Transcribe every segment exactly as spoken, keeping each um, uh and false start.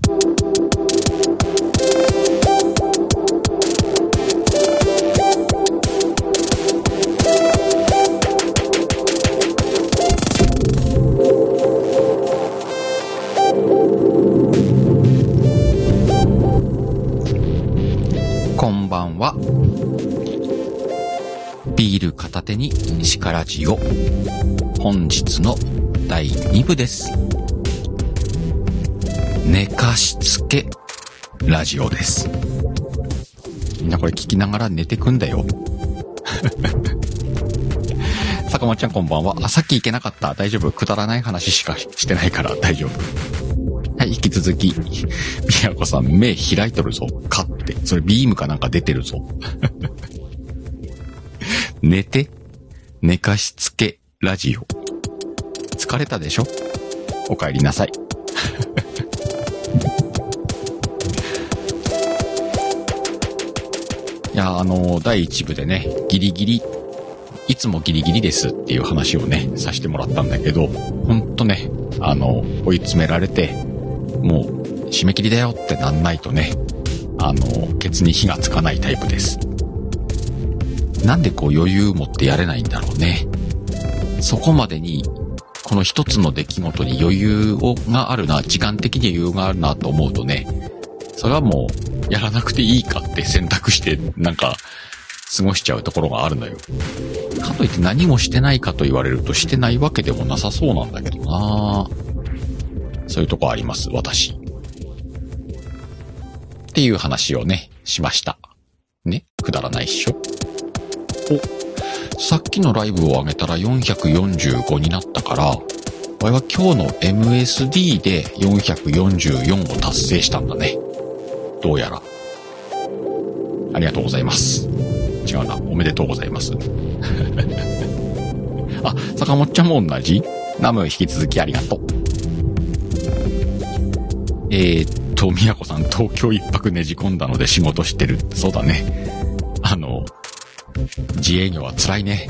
こんばんは。ビール片手にシカラジオ、本日のだいにぶです。寝かしつけラジオです。みんなこれ聞きながら寝てくんだよ。坂本ちゃんこんばんは。あ、さっき行けなかった。大丈夫。くだらない話しかしてないから大丈夫。はい、引き続き、みやこさん目開いとるぞ。かって。それビームかなんか出てるぞ。寝て、寝かしつけラジオ。疲れたでしょ？お帰りなさい。いや、あの、だいいちぶでね、ギリギリ、いつもギリギリですっていう話をね、させてもらったんだけど、ほんとね、あの、追い詰められて、もう、締め切りだよってなんないとね、あの、ケツに火がつかないタイプです。なんでこう余裕持ってやれないんだろうね。そこまでに、この一つの出来事に余裕をがあるな、時間的に余裕があるなと思うとね、それはもう、やらなくていいかって選択して、なんか、過ごしちゃうところがあるのよ。かといって何もしてないかと言われるとしてないわけでもなさそうなんだけどな。そういうとこあります、私。っていう話をね、しました。ね、くだらないっしょ。お、さっきのライブを上げたらよんひゃくよんじゅうごになったから、我は今日の エムエスディー でよんひゃくよんじゅうよんを達成したんだね。どうやら。ありがとうございます。違うな、おめでとうございます。あ、坂本ちゃんも同じ？ナム引き続きありがとう。えーっと、みやこさん、東京一泊ねじ込んだので仕事してる。そうだね。あの、自営業は辛いね。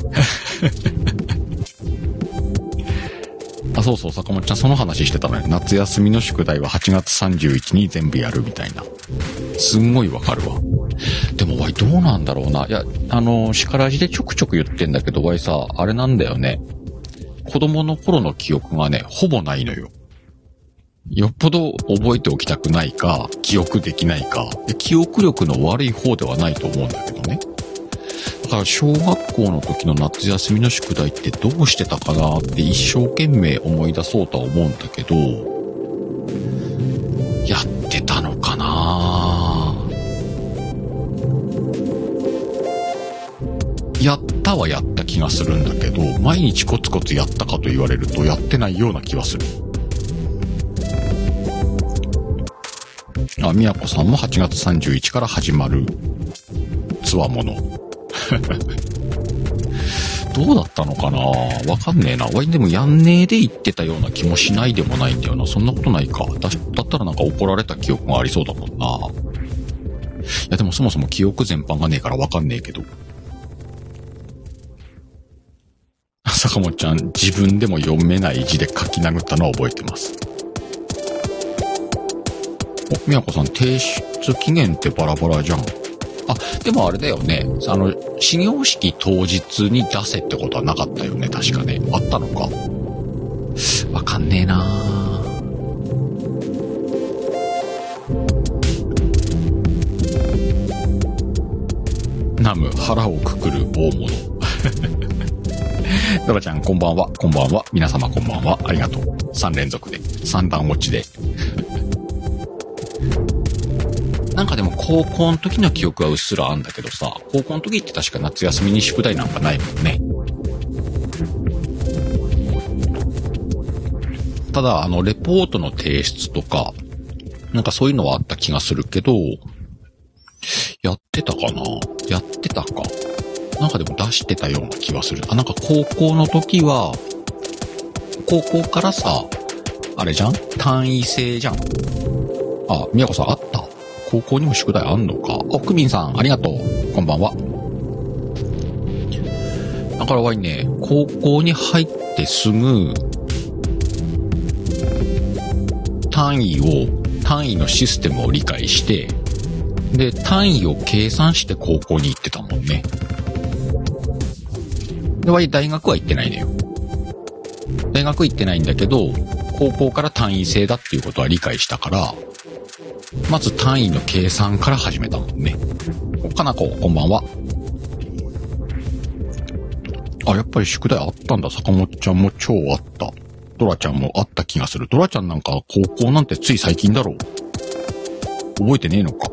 あ、そうそう、坂本ちゃんその話してたのよ。夏休みの宿題ははちがつさんじゅういちにちに全部やるみたいな。すんごいわかるわ。でもわいどうなんだろうな。いや、あの、しからじでちょくちょく言ってんだけど、わいさ、あれなんだよね。子供の頃の記憶がね、ほぼないのよ。よっぽど覚えておきたくないか、記憶できないか、記憶力の悪い方ではないと思うんだけどね。だから小学校の時の夏休みの宿題ってどうしてたかなって一生懸命思い出そうとは思うんだけど、やってたのかな？やったはやった気がするんだけど、毎日コツコツやったかと言われるとやってないような気はする。あ、みやこさんもはちがつさんじゅういちにちから始まるつわもの。どうだったのかな？わかんねえな。わいでもやんねえで言ってたような気もしないでもないんだよな。そんなことないか。だ、だったらなんか怒られた記憶がありそうだもんな。いやでもそもそも記憶全般がねえからわかんねえけど。坂本ちゃん、自分でも読めない字で書き殴ったのは覚えてます。お、みやこさん、提出期限ってバラバラじゃん。あ、でもあれだよね。あの、始業式当日に出せってことはなかったよね。確かね。あったのか。わかんねえなぁ。ナム、腹をくくる大物。ドラちゃん、こんばんは。こんばんは。皆様こんばんは。ありがとう。さん連続で。さん段落ちで。なんかでも高校の時の記憶はうっすらあんだけどさ、高校の時って確か夏休みに宿題なんかないもんね。ただ、あの、レポートの提出とか、なんかそういうのはあった気がするけど、やってたかな？やってたか。なんかでも出してたような気がする。あ、なんか高校の時は、高校からさ、あれじゃん？単位制じゃん。あ、みやこさんあった？高校にも宿題あんのか。あ、クミンさん、ありがとう。こんばんは。だからわいね、高校に入ってすぐ、単位を、 単位のシステムを理解して、で、単位を計算して高校に行ってたもんね。で、わい大学は行ってないのよ。大学行ってないんだけど、高校から単位制だっていうことは理解したから、まず単位の計算から始めたもんね。かなこ、こんばんは。あ、やっぱり宿題あったんだ。坂本ちゃんも超あった。ドラちゃんもあった気がする。ドラちゃんなんか高校なんてつい最近だろう。覚えてねえのか。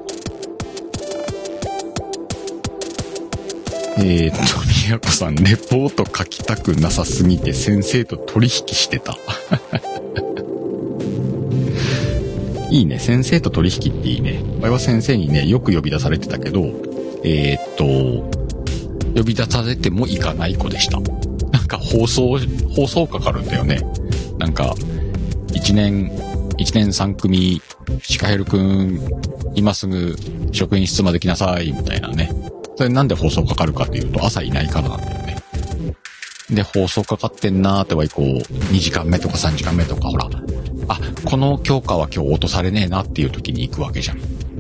えーっと、宮子さん、レポート書きたくなさすぎて先生と取引してた。いいね。先生と取引っていいね。我は先生にね、よく呼び出されてたけど、えーっと、呼び出されても行かない子でした。なんか放送、放送かかるんだよね。なんか、一年、一年三組、シカヘルくん、今すぐ職員室まで来なさい、みたいなね。それなんで放送かかるかっていうと、朝いないからなんだよね。で、放送かかってんなーっては、こう、にじかんめとかさんじかんめとか、ほら、あ、この教科は今日落とされねえなっていう時に行くわけじゃん。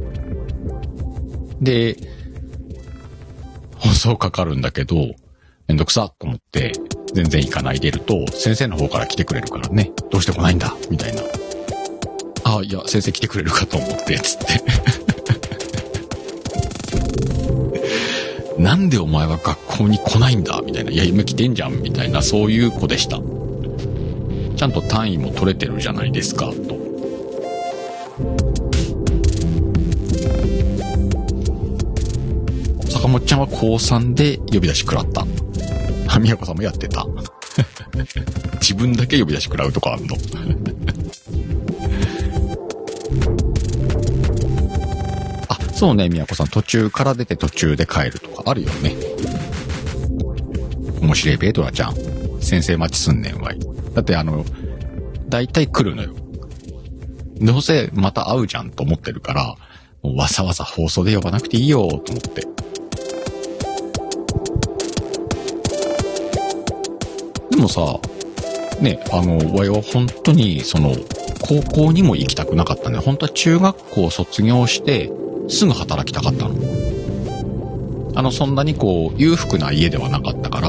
で、放送かかるんだけど、めんどくさと思って、全然行かないでいると、先生の方から来てくれるからね、どうして来ないんだみたいな。あ、いや、先生来てくれるかと思って、つって。なんでお前は学校に来ないんだみたいな。いや、今来てんじゃんみたいな、そういう子でした。ちゃんと単位も取れてるじゃないですか、と。坂本ちゃんは高さんで呼び出し食らった。はみやこさんもやってた。自分だけ呼び出し食らうとかあんの。あ、そうね、みやこさん。途中から出て途中で帰るとかあるよね。面白いべ、ドラちゃん。先生待ちすんねんわい。だってあの、だいたい来るのよ。どうせまた会うじゃんと思ってるから、もうわざわざ放送で呼ばなくていいよと思って。でもさ、ね、あの、わいは本当に、その、高校にも行きたくなかったね。本当は中学校卒業して、すぐ働きたかったの。あの、そんなにこう、裕福な家ではなかったから、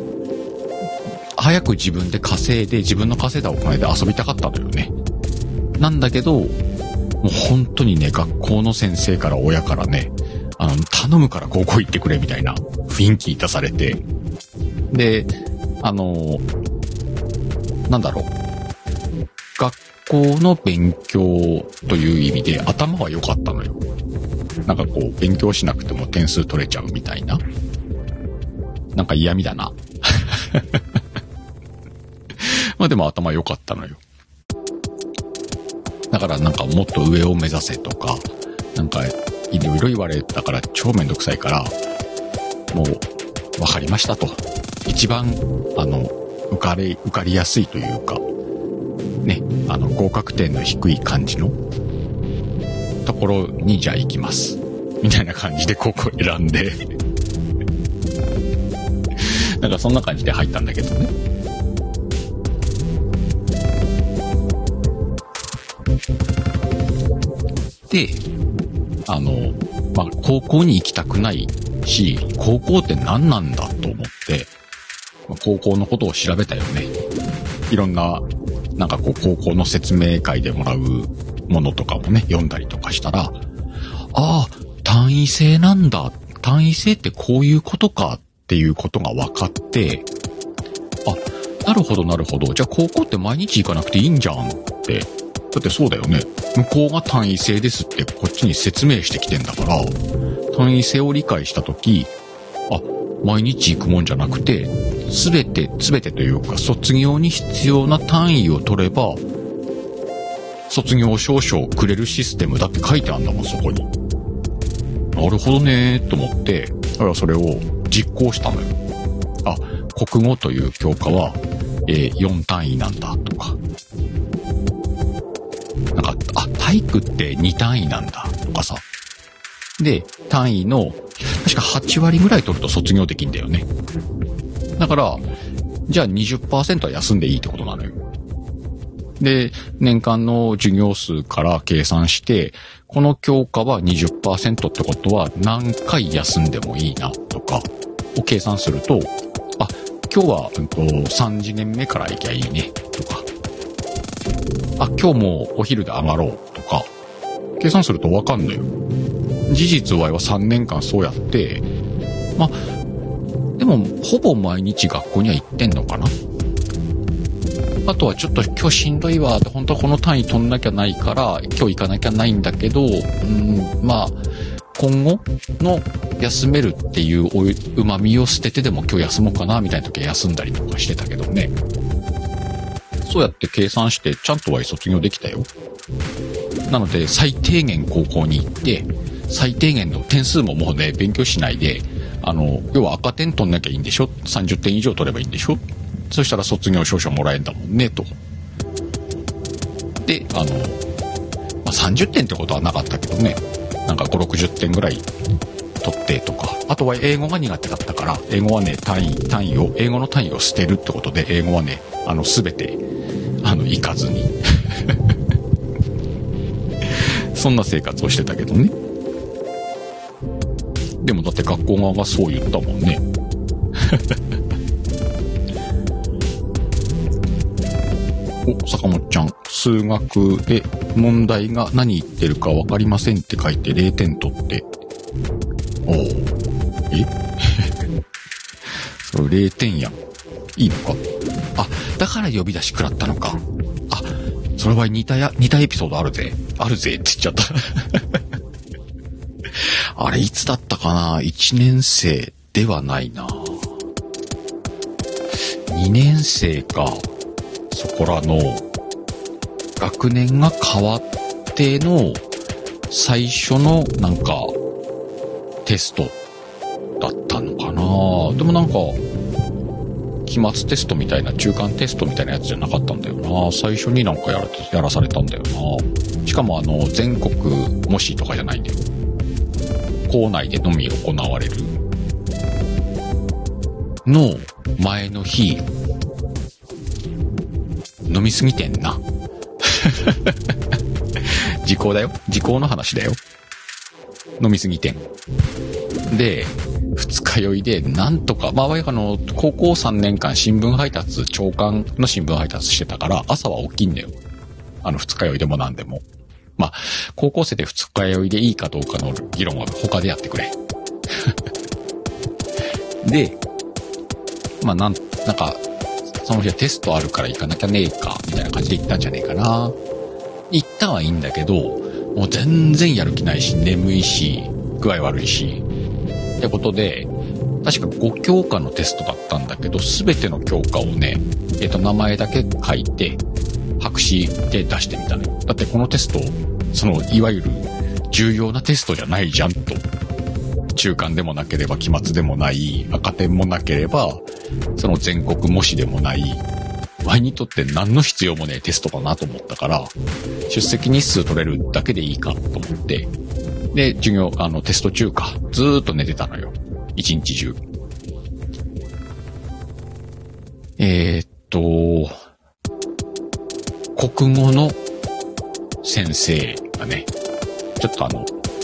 早く自分で稼いで、自分の稼いだお金で遊びたかったのよね。なんだけど、もう本当にね、学校の先生から親からね、あの、頼むから高校行ってくれみたいな雰囲気出されて、で、あの、なんだろう。学校の勉強という意味で頭は良かったのよ。なんかこう、勉強しなくても点数取れちゃうみたいな。なんか嫌味だな。まあでも頭良かったのよ。だからなんかもっと上を目指せとか、なんかいろいろ言われたから超めんどくさいから、もうわかりましたと。一番、あの、受かり、受かりやすいというか、ね、あの、合格点の低い感じのところにじゃあ行きます。みたいな感じでここ選んで、なんかそんな感じで入ったんだけどね。で、あの、まあ、高校に行きたくないし、高校って何なんだと思って、高校のことを調べたよね。いろんな、なんかこう、高校の説明会でもらうものとかもね、読んだりとかしたら、ああ、単位制なんだ。単位制ってこういうことかっていうことが分かって、あ、なるほどなるほど。じゃあ高校って毎日行かなくていいんじゃんって。だってそうだよね。向こうが単位制ですってこっちに説明してきてんだから、単位制を理解したとき、あ、毎日行くもんじゃなくて、すべて、すべてというか、卒業に必要な単位を取れば、卒業証書をくれるシステムだって書いてあるんだもん、そこに。なるほどねーと思って、だからそれを実行したのよ。あ、国語という教科は、えー、よん単位なんだとか。なんか、あ、体育ってに単位なんだとかさ。で、単位の、確かはち割ぐらい取ると卒業できんだよね。だから、じゃあ にじゅっパーセント は休んでいいってことなのよ。 で、年間の授業数から計算して、この教科は にじゅっパーセント ってことは何回休んでもいいなとかを計算すると、あ、今日は、うんと、さん次元目から行きゃいいねとか、あ、今日もお昼で上がろうとか、計算するとわかんのよ。事実はさんねんかんそうやって、まあ、でもほぼ毎日学校には行ってんのかな。あとはちょっと今日しんどいわって、本当はこの単位取んなきゃないから今日行かなきゃないんだけど、うん、まあ今後の休めるっていううまみを捨ててでも今日休もうかなみたいな時は休んだりとかしてたけどね。そうやって計算してちゃんとは卒業できたよ。なので最低限高校に行って最低限の点数ももうね勉強しないで、あの要は赤点取んなきゃいいんでしょ、さんじゅってん以上取ればいいんでしょ、そしたら卒業証書もらえんだもんねと。で、あの、まあ、さんじゅってんってことはなかったけどね、なんかご、ろくじゅってんぐらい取ってとか、あとは英語が苦手だったから、英語はね、単位、単位を、英語の単位を捨てるってことで、英語はね、あの、すべて、あの、行かずに。そんな生活をしてたけどね。でもだって学校側がそう言ったもんね。お、坂本ちゃん、数学で問題が何言ってるか分かりませんって書いてれいてん取って。おー。えそれれいてんやん。いいのか。あ、だから呼び出し食らったのか。あ、それは似たや、似たエピソードあるぜ。あるぜって言っちゃった。あれいつだったかな？ いち 年生ではないな。にねん生か。そこらの学年が変わっての最初のなんかテストだったのかな。でもなんか期末テストみたいな、中間テストみたいなやつじゃなかったんだよな。最初になんかやら、やらされたんだよな。しかもあの全国模試とかじゃないんだよ。校内でのみ行われるの前の日飲みすぎてんな。時効だよ。時効の話だよ。飲みすぎてん。で、二日酔いで、なんとか、まあ、あの、高校さんねんかん新聞配達、朝刊の新聞配達してたから、朝は起きんだよ。あの、二日酔いでもなんでも。まあ、高校生で二日酔いでいいかどうかの議論は他でやってくれ。で、まあ、なん、なんか、その日はテストあるから行かなきゃねえか、みたいな感じで行ったんじゃねえかな。行ったはいいんだけど、もう全然やる気ないし、眠いし、具合悪いし。ってことで、確かご教科のテストだったんだけど、すべての教科をね、えっと、名前だけ書いて、白紙で出してみたのよ。だってこのテスト、その、いわゆる重要なテストじゃないじゃんと。中間でもなければ期末でもない赤点もなければその全国模試でもないワイにとって何の必要もねえテストだなと思ったから出席日数取れるだけでいいかと思ってで授業あのテスト中かずーっと寝てたのよ一日中。えー、っと国語の先生がねちょっとあの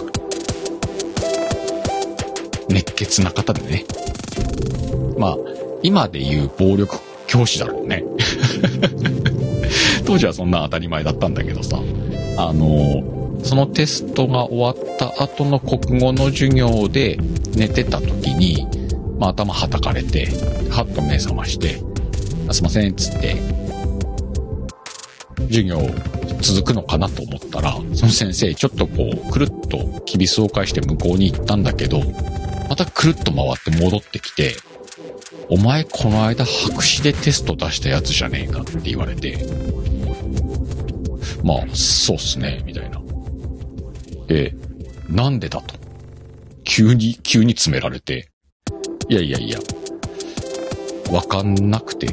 熱血な方でね。まあ、今で言う暴力教師だろうね。当時はそんな当たり前だったんだけどさ、あの、そのテストが終わった後の国語の授業で寝てた時に、まあ頭はたかれて、はっと目覚まして、あすいません、つって、授業続くのかなと思ったら、その先生ちょっとこう、くるっときびすを返して向こうに行ったんだけど、またくるっと回って戻ってきて、お前この間白紙でテスト出したやつじゃねえかって言われて、まあ、そうっすね、みたいな。で、なんでだと。急に、急に詰められて、いやいやいや、わかんなくて。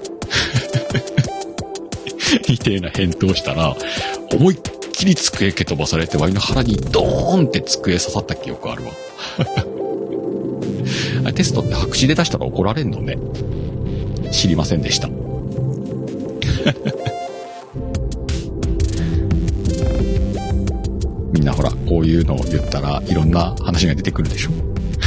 みたいな返答したら、思いっきり机蹴飛ばされて、ワイの腹にドーンって机刺さった記憶あるわ。テストって白紙で出したら怒られんのね。知りませんでした。 みんなほら、こういうのを言ったらいろんな話が出てくるでしょ。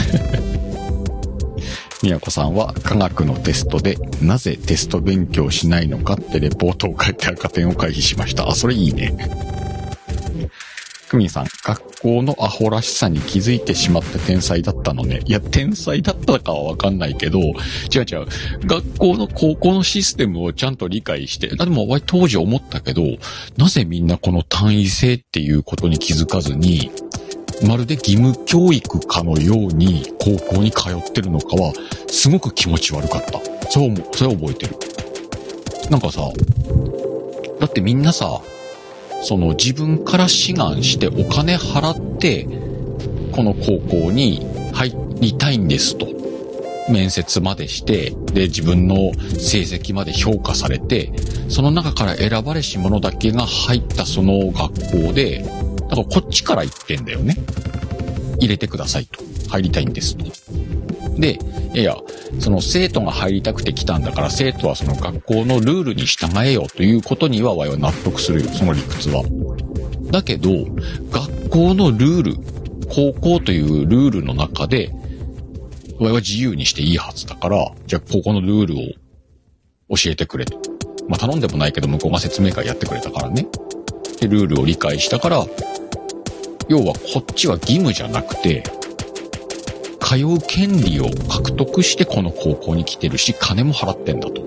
みやこさんは科学のテストでなぜテスト勉強しないのかってレポートを書いて赤点を回避しました。あ、それいいね。クミンさん、学校のアホらしさに気づいてしまって天才だったのね。いや、天才だったかはわかんないけど、違う違う。学校の高校のシステムをちゃんと理解して、あでも当時思ったけど、なぜみんなこの単位制っていうことに気づかずに、まるで義務教育かのように高校に通ってるのかは、すごく気持ち悪かった。そう、それ覚えてる。なんかさ、だってみんなさ、その自分から志願してお金払ってこの高校に入りたいんですと面接までしてで自分の成績まで評価されてその中から選ばれし者だけが入ったその学校でだからこっちから言ってんだよね。入れてくださいと入りたいんですと。でいやその生徒が入りたくて来たんだから生徒はその学校のルールに従えよということには我々は納得するよ、その理屈は。だけど学校のルール、高校というルールの中で我々は自由にしていいはずだから、じゃあ高校のルールを教えてくれと。まあ頼んでもないけど向こうが説明会やってくれたからね。でルールを理解したから、要はこっちは義務じゃなくて通う権利を獲得してこの高校に来てるし金も払ってんだと。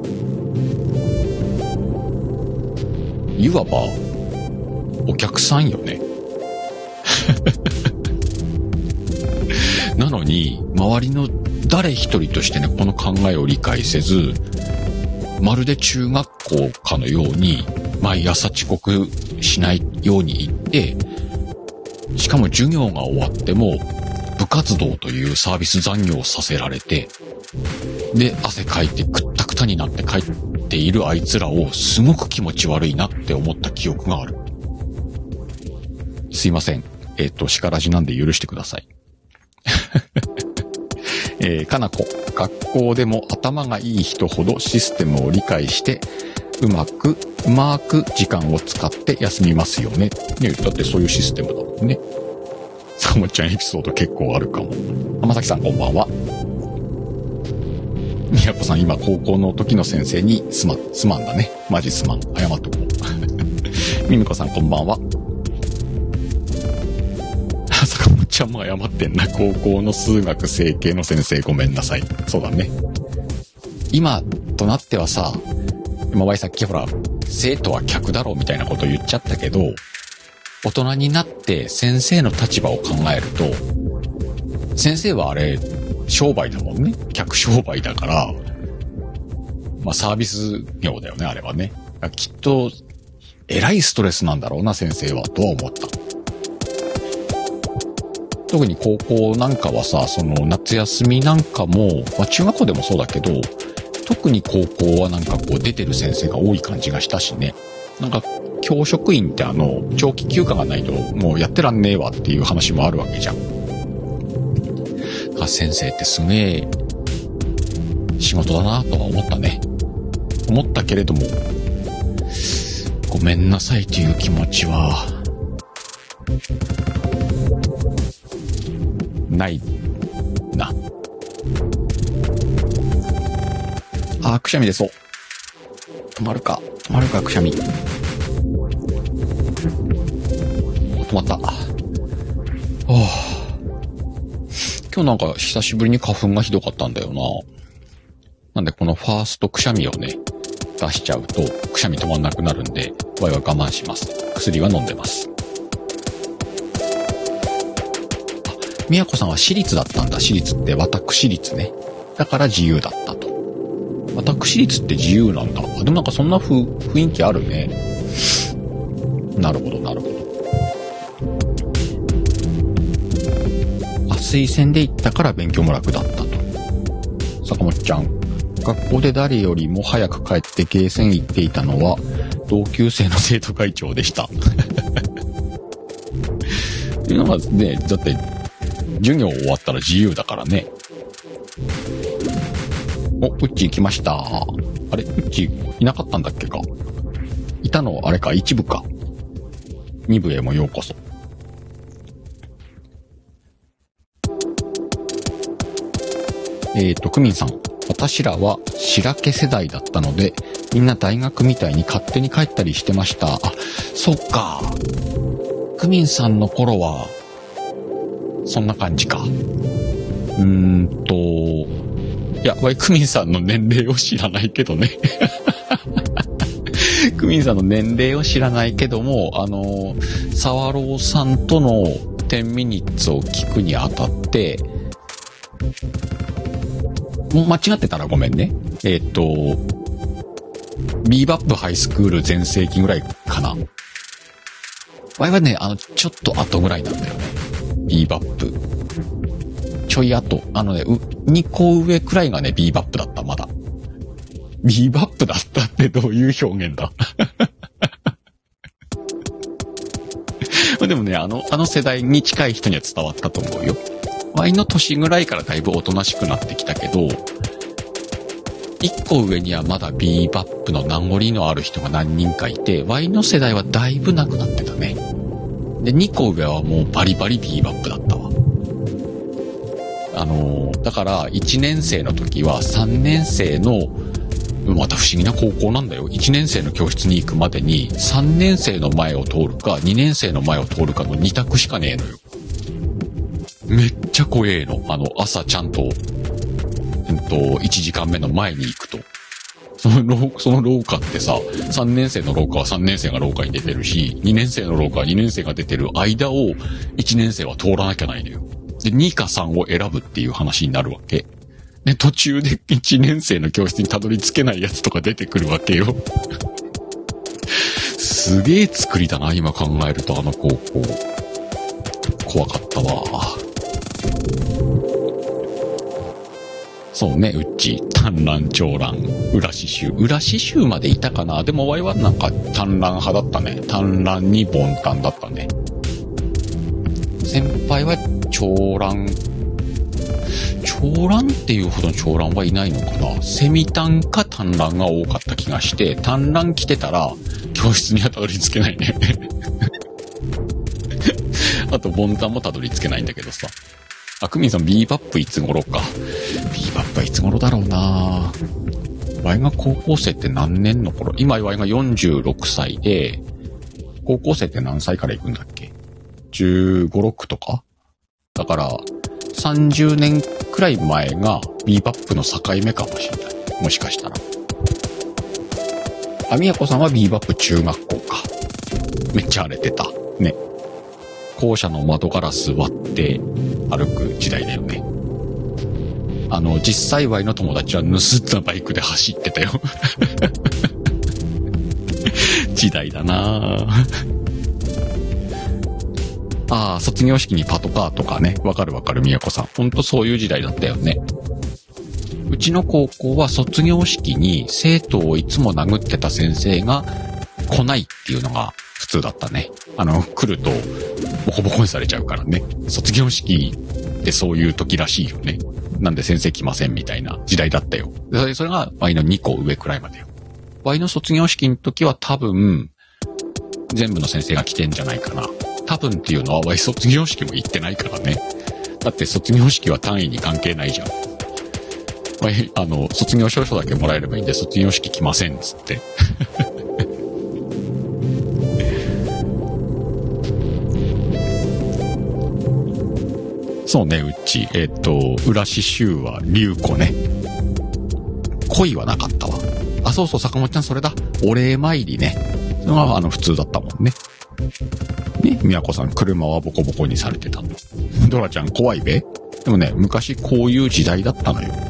いわばお客さんよね。なのに周りの誰一人としてねこの考えを理解せず、まるで中学校かのように毎朝遅刻しないように行って、しかも授業が終わっても部活動というサービス残業をさせられて、で汗かいてくったくたになって帰っているあいつらをすごく気持ち悪いなって思った記憶がある。すいません、えっと叱らじなんで許してください。えー、かなこ、学校でも頭がいい人ほどシステムを理解してうまくうまく時間を使って休みますよね。ね、だってそういうシステムだもんね。さもちゃんエピソード結構あるかも。浜崎さんこんばんは。みやこさん今高校の時の先生にすまん、すまんだね。マジすまん。謝っとこう。みみこさんこんばんは。坂本ちゃんも謝ってんな。高校の数学整形の先生ごめんなさい。そうだね。今となってはさ、今わいさっきほら、生徒は客だろうみたいなこと言っちゃったけど、大人になって先生の立場を考えると、先生はあれ、商売だもんね。客商売だから、まあサービス業だよね、あれはね。きっと、えらいストレスなんだろうな、先生は、とは思った。特に高校なんかはさ、その夏休みなんかも、まあ中学校でもそうだけど、特に高校はなんかこう出てる先生が多い感じがしたしね。なんか教職員ってあの長期休暇がないともうやってらんねえわっていう話もあるわけじゃん。だから先生ってすげえ仕事だなとは思ったね。思ったけれども、ごめんなさいという気持ちはないな。あー、くしゃみ出そう。止まるか止まるかくしゃみ。止まった。はあ、今日なんか久しぶりに花粉がひどかったんだよな。なんでこのファーストくしゃみをね出しちゃうとくしゃみ止まんなくなるんで、我は我慢します。薬は飲んでます。あ、みやこさんは私立だったんだ。私立って私立ね。だから自由だったと。私立って自由なんだ。でもなんかそんなふ雰囲気あるね。なるほどなるほど。あ、推薦で行ったから勉強も楽だったと。坂本ちゃん、学校で誰よりも早く帰ってゲーセン行っていたのは同級生の生徒会長でした。っていうのがね、だって授業終わったら自由だからね。お、うっちー来ました。あれ、うっちーいなかったんだっけか。いたのあれか、一部か。二部へもようこそ。 えっと、クミンさん。私らは白毛世代だったので、みんな大学みたいに勝手に帰ったりしてました。あ、そっか。クミンさんの頃は、そんな感じか。うーんと、いや、わいクミンさんの年齢を知らないけどね。クミンさんの年齢を知らないけども、あの、サワローさんとのじゅうミニッツを聞くにあたって、もう間違ってたらごめんね。えっと、ビーバップハイスクール全盛期ぐらいかな。わいはね、あの、ちょっと後ぐらいなんだよね。ビーバップ。ちょい後。あのね、にこ上くらいがね、ビーバップだった、まだ。ビーバップだったってどういう表現だでもね、あの、あの世代に近い人には伝わったと思うよ。ワイの年ぐらいからだいぶおとなしくなってきたけど、一個上にはまだビーバップの名残のある人が何人かいて、ワイの世代はだいぶなくなってたね。で、二個上はもうバリバリビーバップだったわ。あのー、だからいちねん生の時はさんねん生の、また不思議な高校なんだよ。いちねん生の教室に行くまでにさんねん生の前を通るかにねん生の前を通るかのに択しかねえのよ。めっちゃ怖えの。あの、朝ちゃんと、えっと、いちじかんめの前に行くと。その廊、その廊下ってさ、さんねん生の廊下はさんねん生が廊下に出てるし、にねん生の廊下はにねん生が出てる間をいちねん生は通らなきゃないのよ。で、にかさんを選ぶっていう話になるわけ。で、途中でいちねん生の教室にたどり着けないやつとか出てくるわけよ。すげえ作りだな、今考えるとあの高校。怖かったわ。そうね、うち、単乱、長乱、裏刺繍。裏刺繍までいたかな。でも、ワイはなんか単乱派だったね。単乱に凡単だったね。先輩は長乱、長乱っていうほどの長乱はいないのかな。セミ単か単乱が多かった気がして、単乱来てたら、教室にはたどり着けないね。あと、凡単もたどり着けないんだけどさ。あ、クミンさん、ビーバップいつ頃か。ビーバップはいつ頃だろうな。ワイが高校生って何年の頃？今、ワイがよんじゅうろくさいで、高校生って何歳から行くんだっけ？ じゅうご、ろくとか？だから、さんじゅうねんくらい前がビーバップの境目かもしれない。もしかしたら。あみやこさんはビーバップ中学校か。めっちゃ荒れてた。ね。校舎の窓ガラス割って歩く時代だよね。あの、実際ワイの友達は盗んだバイクで走ってたよ。時代だなぁ。ああ、卒業式にパトカーとかね。わかるわかる、みやこさん。ほんとそういう時代だったよね。うちの高校は卒業式に生徒をいつも殴ってた先生が来ないっていうのが普通だったね。あの、来るとボコボコにされちゃうからね。卒業式ってそういう時らしいよね。なんで先生来ませんみたいな時代だったよ。それがワイのにこ上くらいまでよ。ワイの卒業式の時は多分全部の先生が来てんじゃないかな。多分っていうのはワイ卒業式も行ってないからね。だって卒業式は単位に関係ないじゃん。ワイ、あの、卒業証書だけもらえればいいんで卒業式来ませんっつって。そうね、うち、えっと、裏刺繍は龍子ね。恋はなかったわ。あ、そうそう、坂本ちゃんそれだ。お礼参りね。それが、あの、普通だったもんね。ね、みやこさん、車はボコボコにされてたの。ドラちゃん、怖いべ？でもね、昔こういう時代だったのよ。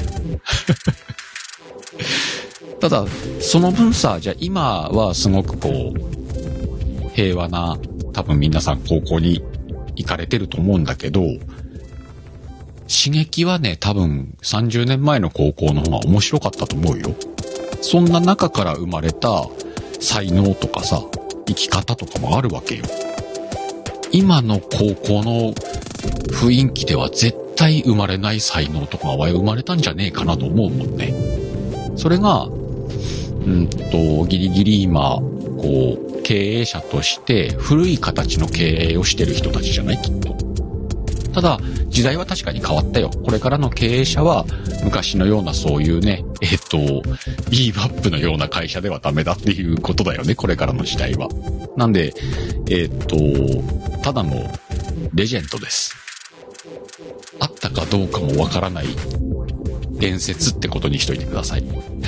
ただ、その分さ、じゃあ今はすごくこう、平和な、多分皆さん高校に行かれてると思うんだけど、刺激はね、多分さんじゅうねんまえの高校の方が面白かったと思うよ。そんな中から生まれた才能とかさ、生き方とかもあるわけよ。今の高校の雰囲気では絶対生まれない才能とかは生まれたんじゃねえかなと思うもんね。それが、うんと、ギリギリ今、こう、経営者として古い形の経営をしてる人たちじゃないきっと。 ただ、時代は確かに変わったよ。これからの経営者は、昔のようなそういうね、えっと、ビーバップのような会社ではダメだっていうことだよね、これからの時代は。なんで、えっと、ただのレジェンドです。あったかどうかもわからない伝説ってことにしといてください。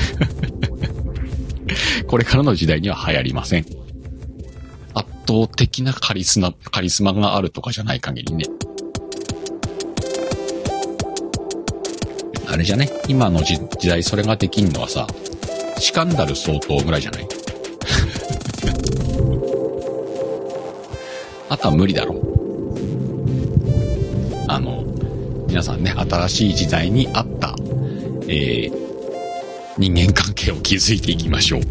これからの時代には流行りません。圧倒的なカリスマ、カリスマがあるとかじゃない限りね。あれじゃね、今の時代それができんのはさ、シカンダル相当ぐらいじゃない？あとは無理だろ。あの、皆さんね、新しい時代に合った、えー、人間関係を築いていきましょう。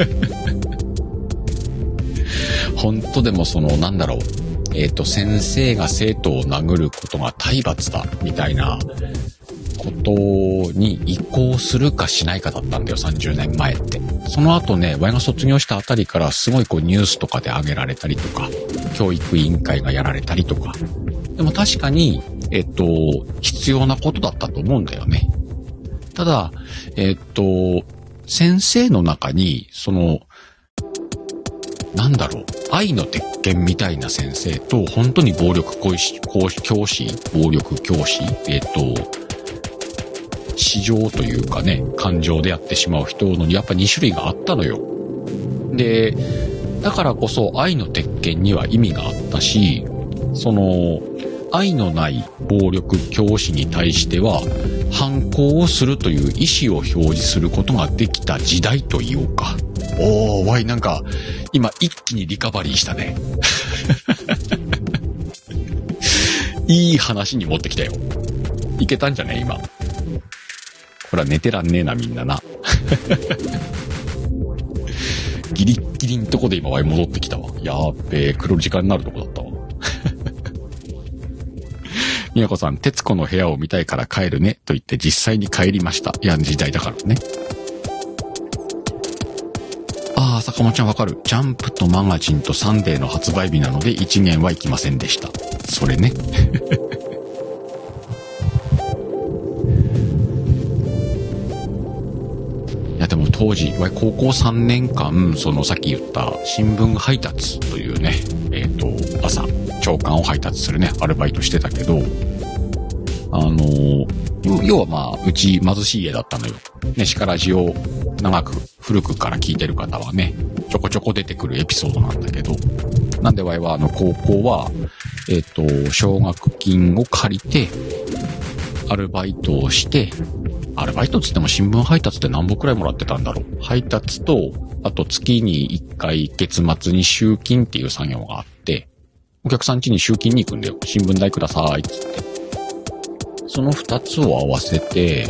本当でもその、なんだろう、えっと、先生が生徒を殴ることが体罰だ、みたいなことに移行するかしないかだったんだよ、さんじゅうねんまえって。その後ね、我が卒業したあたりからすごいこうニュースとかで上げられたりとか、教育委員会がやられたりとか。でも確かに、えっと、必要なことだったと思うんだよね。ただ、えっと、先生の中に、その、なんだろう、愛の鉄拳みたいな先生と、本当に暴力教師、教師、暴力教師、えっと、市場というかね、感情でやってしまう人のにやっぱに種類があったのよ。で、だからこそ愛の鉄拳には意味があったし、その、愛のない暴力教師に対しては反抗をするという意思を表示することができた時代と言おうか。おー、わい、なんか今一気にリカバリーしたね。いい話に持ってきたよ。いけたんじゃね今。ほら寝てらんねえなみんなな。ギリッギリんとこで今わい戻ってきたわ。やーっべー、黒時間になるとこだったわ。みやこさん、徹子の部屋を見たいから帰るねと言って実際に帰りました。いや、時代だからね。ああ、坂本ちゃんわかる。ジャンプとマガジンとサンデーの発売日なので一元は行きませんでした。それね。いや、でも当時、わい高校さんねんかん、そのさっき言った新聞配達というね、えっと、朝、朝刊を配達するね、アルバイトしてたけど、あのー、要はまあ、うち貧しい家だったのよ。ね、シカラジを長く、古くから聞いてる方はね、ちょこちょこ出てくるエピソードなんだけど、なんでわいはあの高校は、えっと、奨学金を借りて、アルバイトをして、アルバイトつっても新聞配達って何本くらいもらってたんだろう。配達と、あと月にいっかい月末に集金っていう作業があって、お客さん家に集金に行くんだよ。新聞代くださいっつって。その二つを合わせて、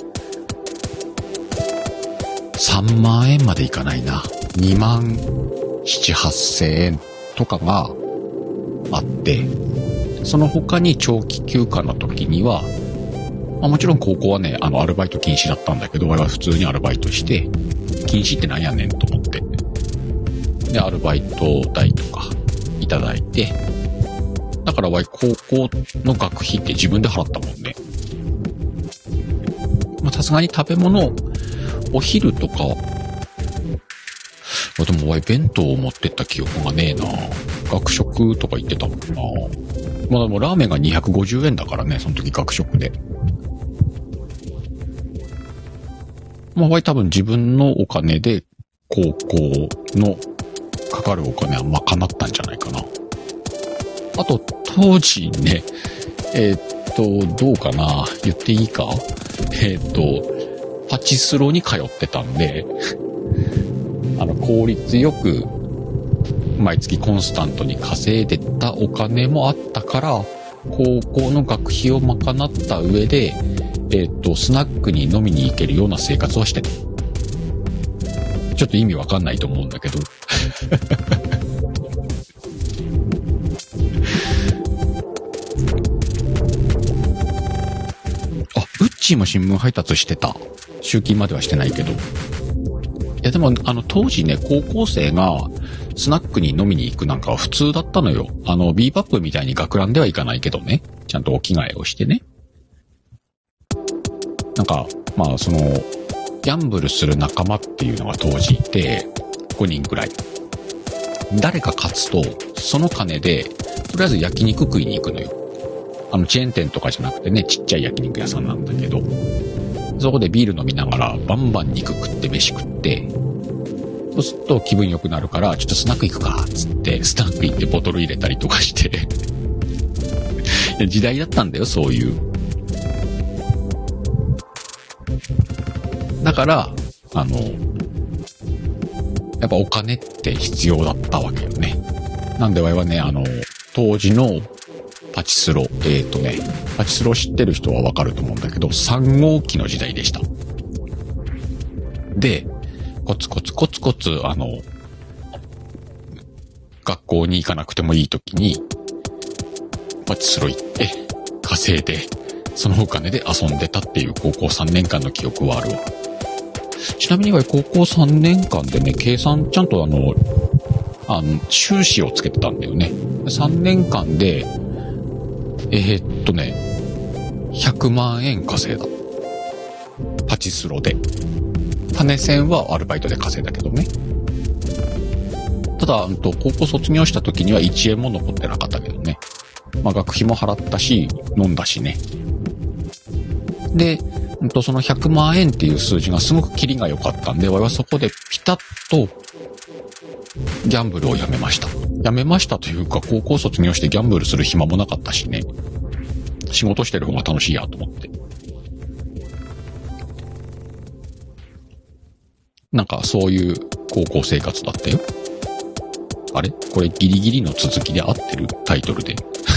さんまんえんまでいかないな。にまんなな、はっせんえんとかがあって、その他に長期休暇の時には、まあ、もちろん高校はね、あの、アルバイト禁止だったんだけど、我々は普通にアルバイトして、禁止ってなんやねんと思って。で、アルバイト代とかいただいて、だからわい高校の学費って自分で払ったもんね。まあ、さすがに食べ物、お昼とか、あ、でもわい弁当を持ってった記憶がねえな。学食とか行ってたもんな。まあでもラーメンがにひゃくごじゅうえんだからね、その時学食で。まあわい多分自分のお金で高校のかかるお金は賄ったんじゃないかな。あと当時ね、えー、っと、どうかな、言っていいか、えー、っと、パチスロに通ってたんで、あの、効率よく、毎月コンスタントに稼いでたお金もあったから、高校の学費を賄った上で、えっと、スナックに飲みに行けるような生活をしてた。ちょっと意味わかんないと思うんだけど。あ、ウッチーも新聞配達してた。集金まではしてないけど。いやでも、あの、当時ね、高校生がスナックに飲みに行くなんかは普通だったのよ。あの、ビーバップみたいに学ランではいかないけどね。ちゃんとお着替えをしてね。なんか、まあ、その、ギャンブルする仲間っていうのが当時いて、ごにんくらい。誰か勝つと、その金で、とりあえず焼肉食いに行くのよ。あの、チェーン店とかじゃなくてね、ちっちゃい焼肉屋さんなんだけど、そこでビール飲みながら、バンバン肉食って飯食って、そうすると気分良くなるから、ちょっとスナック行くか、つって、スナック行ってボトル入れたりとかして。時代だったんだよ、そういう。だから、あの、やっぱお金って必要だったわけよね。なんでわいはね、あの、当時のパチスロ、えーとね、パチスロ知ってる人はわかると思うんだけど、さん号機の時代でした。で、コツコツコツコツ、あの、学校に行かなくてもいい時に、パチスロ行って、稼いで、そのお金で遊んでたっていう高校さんねんかんの記憶はあるわ。ちなみには高校さんねんかんでね、計算ちゃんとあの、あの、収支をつけてたんだよね。さんねんかんで、えー、っとね、ひゃくまんえん稼いだ。パチスロで。種銭はアルバイトで稼いだけどね。ただ、高校卒業した時にはいちえんも残ってなかったけどね。まあ、学費も払ったし、飲んだしね。で、そのひゃくまんえんっていう数字がすごくキリが良かったんで、我はそこでピタッとギャンブルをやめました。やめましたというか、高校卒業してギャンブルする暇もなかったしね。仕事してる方が楽しいやと思って。なんかそういう高校生活だったよ。あれ？これギリギリの続きで合ってる？タイトルで。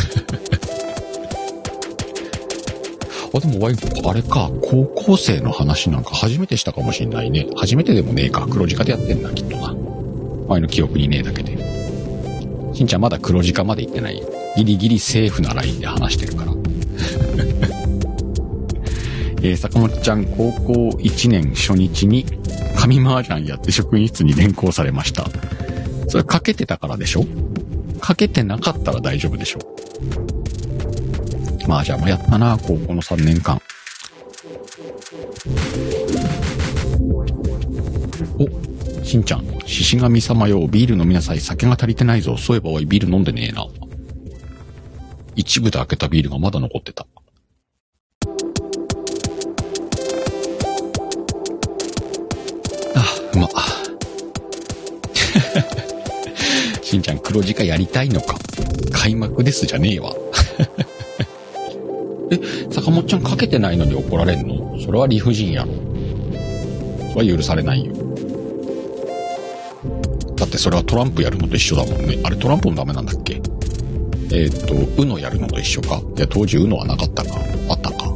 あ、でも、あれか、高校生の話なんか初めてしたかもしんないね。初めてでもねえか、黒字化でやってんだ、きっとな。前の記憶にねえだけで。しんちゃんまだ黒字化まで行ってないよ。ギリギリセーフなラインで話してるから。えー、坂本ちゃん、高校いちねん初日に紙麻雀やって職員室に連行されました。それかけてたからでしょ？かけてなかったら大丈夫でしょ？麻雀もやったな、高校のさんねんかん。お、しんちゃん、獅子神様よ、ビール飲みなさい、酒が足りてないぞ。そういえばおい、ビール飲んでねえな。一部で開けたビールがまだ残ってた。あ、うま。しんちゃん、黒字化やりたいのか。開幕ですじゃねえわ。え、坂本ちゃんかけてないのに怒られんの？それは理不尽やろ。それは許されないよ。だってそれはトランプやるのと一緒だもんね。あれトランプもダメなんだっけ？えーっと、ウノやるのと一緒か？いや、当時ウノはなかったか。あったか。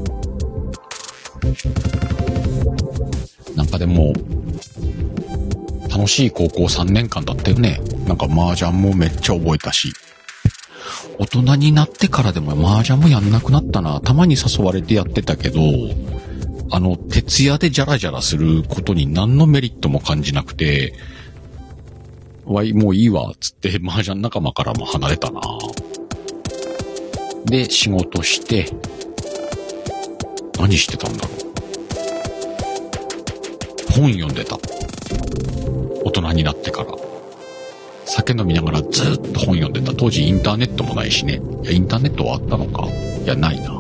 なんかでも、楽しい高校さんねんかんだったよね。なんか麻雀もめっちゃ覚えたし。大人になってからでも麻雀もやんなくなったな。たまに誘われてやってたけど、あの、徹夜でジャラジャラすることに何のメリットも感じなくて、わい、もういいわ、つって麻雀仲間からも離れたな。で、仕事して、何してたんだろう。本読んでた。大人になってから。酒飲みながらずっと本読んでた。当時インターネットもないしね。いや、インターネットはあったのか？いや、ないな。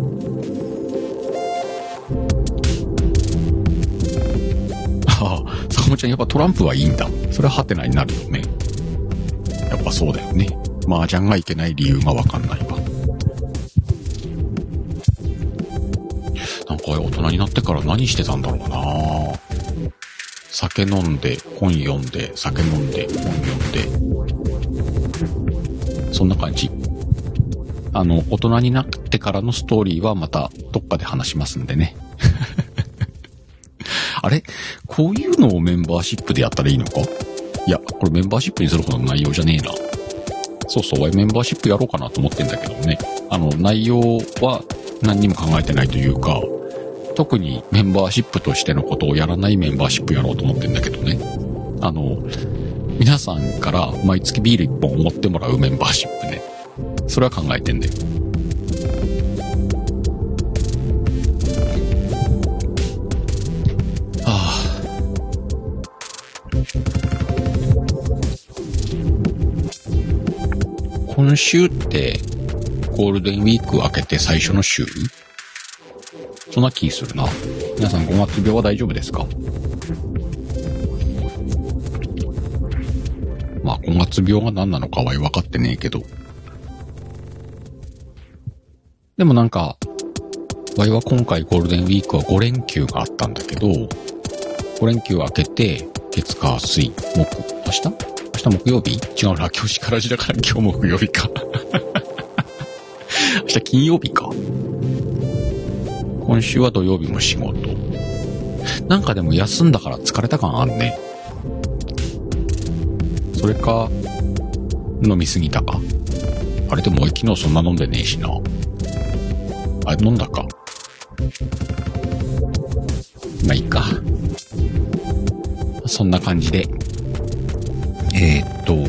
ああ、坂本ちゃんやっぱトランプはいいんだ。それはハテナになるよね。やっぱそうだよね。麻雀がいけない理由がわかんないわ。なんか大人になってから何してたんだろうな。酒飲んで、本読んで、酒飲んで、本読んで。そんな感じ。あの、大人になってからのストーリーはまたどっかで話しますんでね。あれ？こういうのをメンバーシップでやったらいいのか？いや、これメンバーシップにするほどの内容じゃねえな。そうそう、メンバーシップやろうかなと思ってんだけどね。あの、内容は何にも考えてないというか、特にメンバーシップとしてのことをやらないメンバーシップやろうと思ってんだけどね。あの、 皆さんから毎月ビールいっぽんおごってもらうメンバーシップね。それは考えてんだよ。ああ。今週ってゴールデンウィーク明けて最初の週？そんな気するな。皆さんごがつ病は大丈夫ですか？まあごがつ病が何なのかは分かってねえけど。でもなんか、わいは今回ゴールデンウィークはご連休があったんだけど、ご連休明けて、月火水木、明日？明日木曜日？違うな、今日しからじだから今日木曜日か。明日金曜日か。今週は土曜日も仕事。なんかでも休んだから疲れた感あんね。それか、飲みすぎたか。あれでも昨日そんな飲んでねえしな。あれ飲んだか。まあいいか。そんな感じで。えーっと、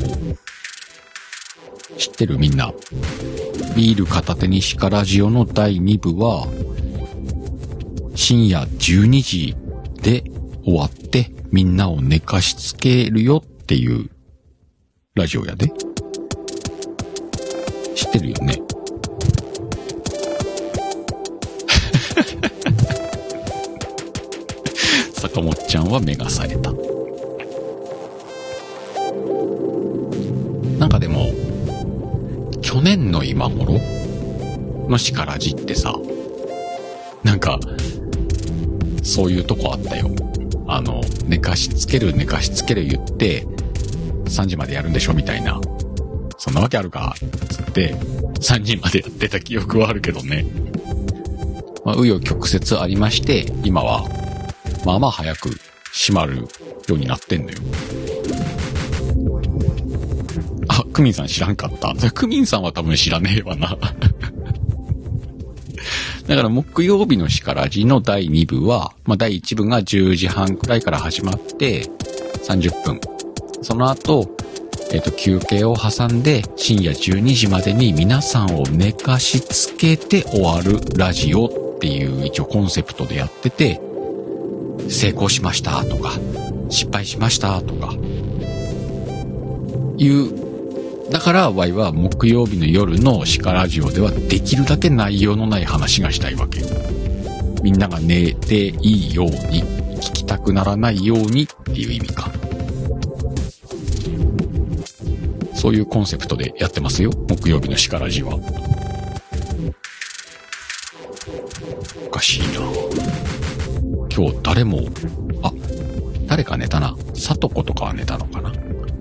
知ってるみんな。ビール片手にシカラジオのだいにぶは、深夜じゅうにじで終わってみんなを寝かしつけるよっていうラジオやで。知ってるよね。坂本ちゃんは目が冴えた。なんかでも去年の今頃のシカラジってさ、なんかそういうとこあったよ。あの寝かしつける寝かしつける言ってさんじまでやるんでしょみたいな。そんなわけあるかつってさんじまでやってた記憶はあるけどね。まあ紆余曲折ありまして、今はまあまあ早く閉まるようになってんのよ。あ、クミンさん知らんかった。クミンさんは多分知らねえわな。だから木曜日のシカラジのだいにぶは、まあだいいちぶがじゅうじはんくらいから始まってさんじゅっぷん。その後、えっと、休憩を挟んで深夜じゅうにじまでに皆さんを寝かしつけて終わるラジオっていう一応コンセプトでやってて、成功しましたとか、失敗しましたとか、いう、だから Y は木曜日の夜のシカラジオではできるだけ内容のない話がしたいわけよ。みんなが寝ていいように、聞きたくならないようにっていう意味か。そういうコンセプトでやってますよ、木曜日のシカラジは。おかしいな。今日誰も、あ、誰か寝たな。さとことかは寝たのかな。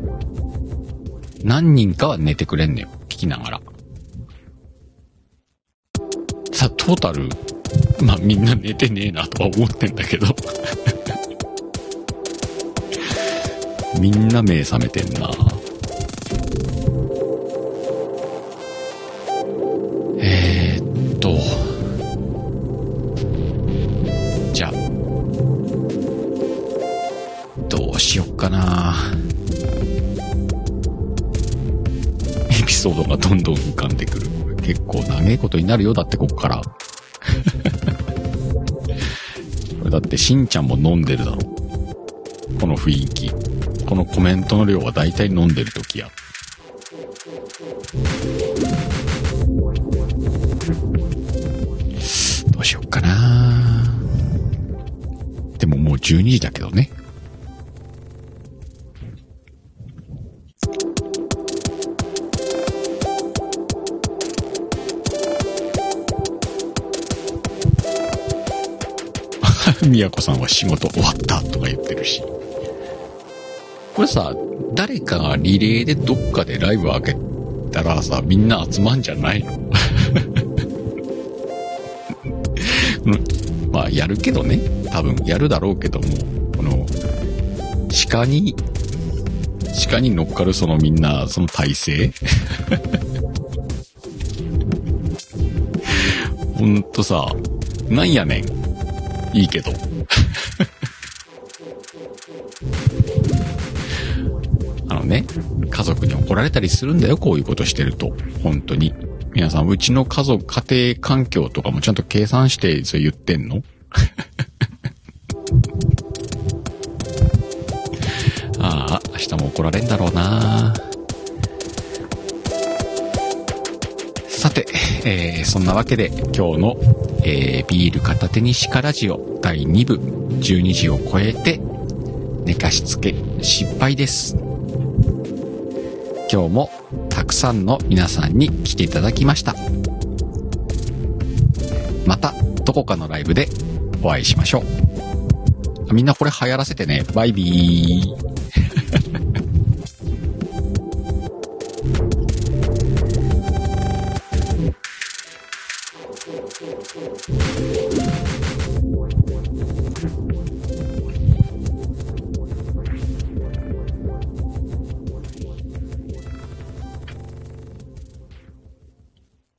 何人かは寝てくれんねよ、聞きながら。さ、トータル、まあみんな寝てねえなとは思ってんだけど。みんな目覚めてんな。えーっと、じゃあ、どうしよっかな。エピソードがどんどん浮かんでくる。結構長いことになるよ、だってこっから。これだってしんちゃんも飲んでるだろ。この雰囲気。このコメントの量はだいたい飲んでる時や。どうしよっかな。でももうじゅうにじだけどね。みやこさんは仕事終わったとか言ってるし。これさ、誰かがリレーでどっかでライブ開けたらさ、みんな集まんじゃないの？まあやるけどね、多分やるだろうけども、この鹿に鹿に乗っかるそのみんなその体勢ほんとさ、なんやねん、いいけどあのね、家族に怒られたりするんだよ、こういうことしてると。本当に。皆さん、うちの家族、家庭環境とかもちゃんと計算してそれ言ってんのああ、明日も怒られんだろうな。さて、えー、そんなわけで今日の、えー、ビール片手にシカラジオだいに部じゅうにじを超えて寝かしつけ失敗です。今日もたくさんの皆さんに来ていただきました。またどこかのライブでお会いしましょう。みんなこれ流行らせてね。バイビー。Thank you.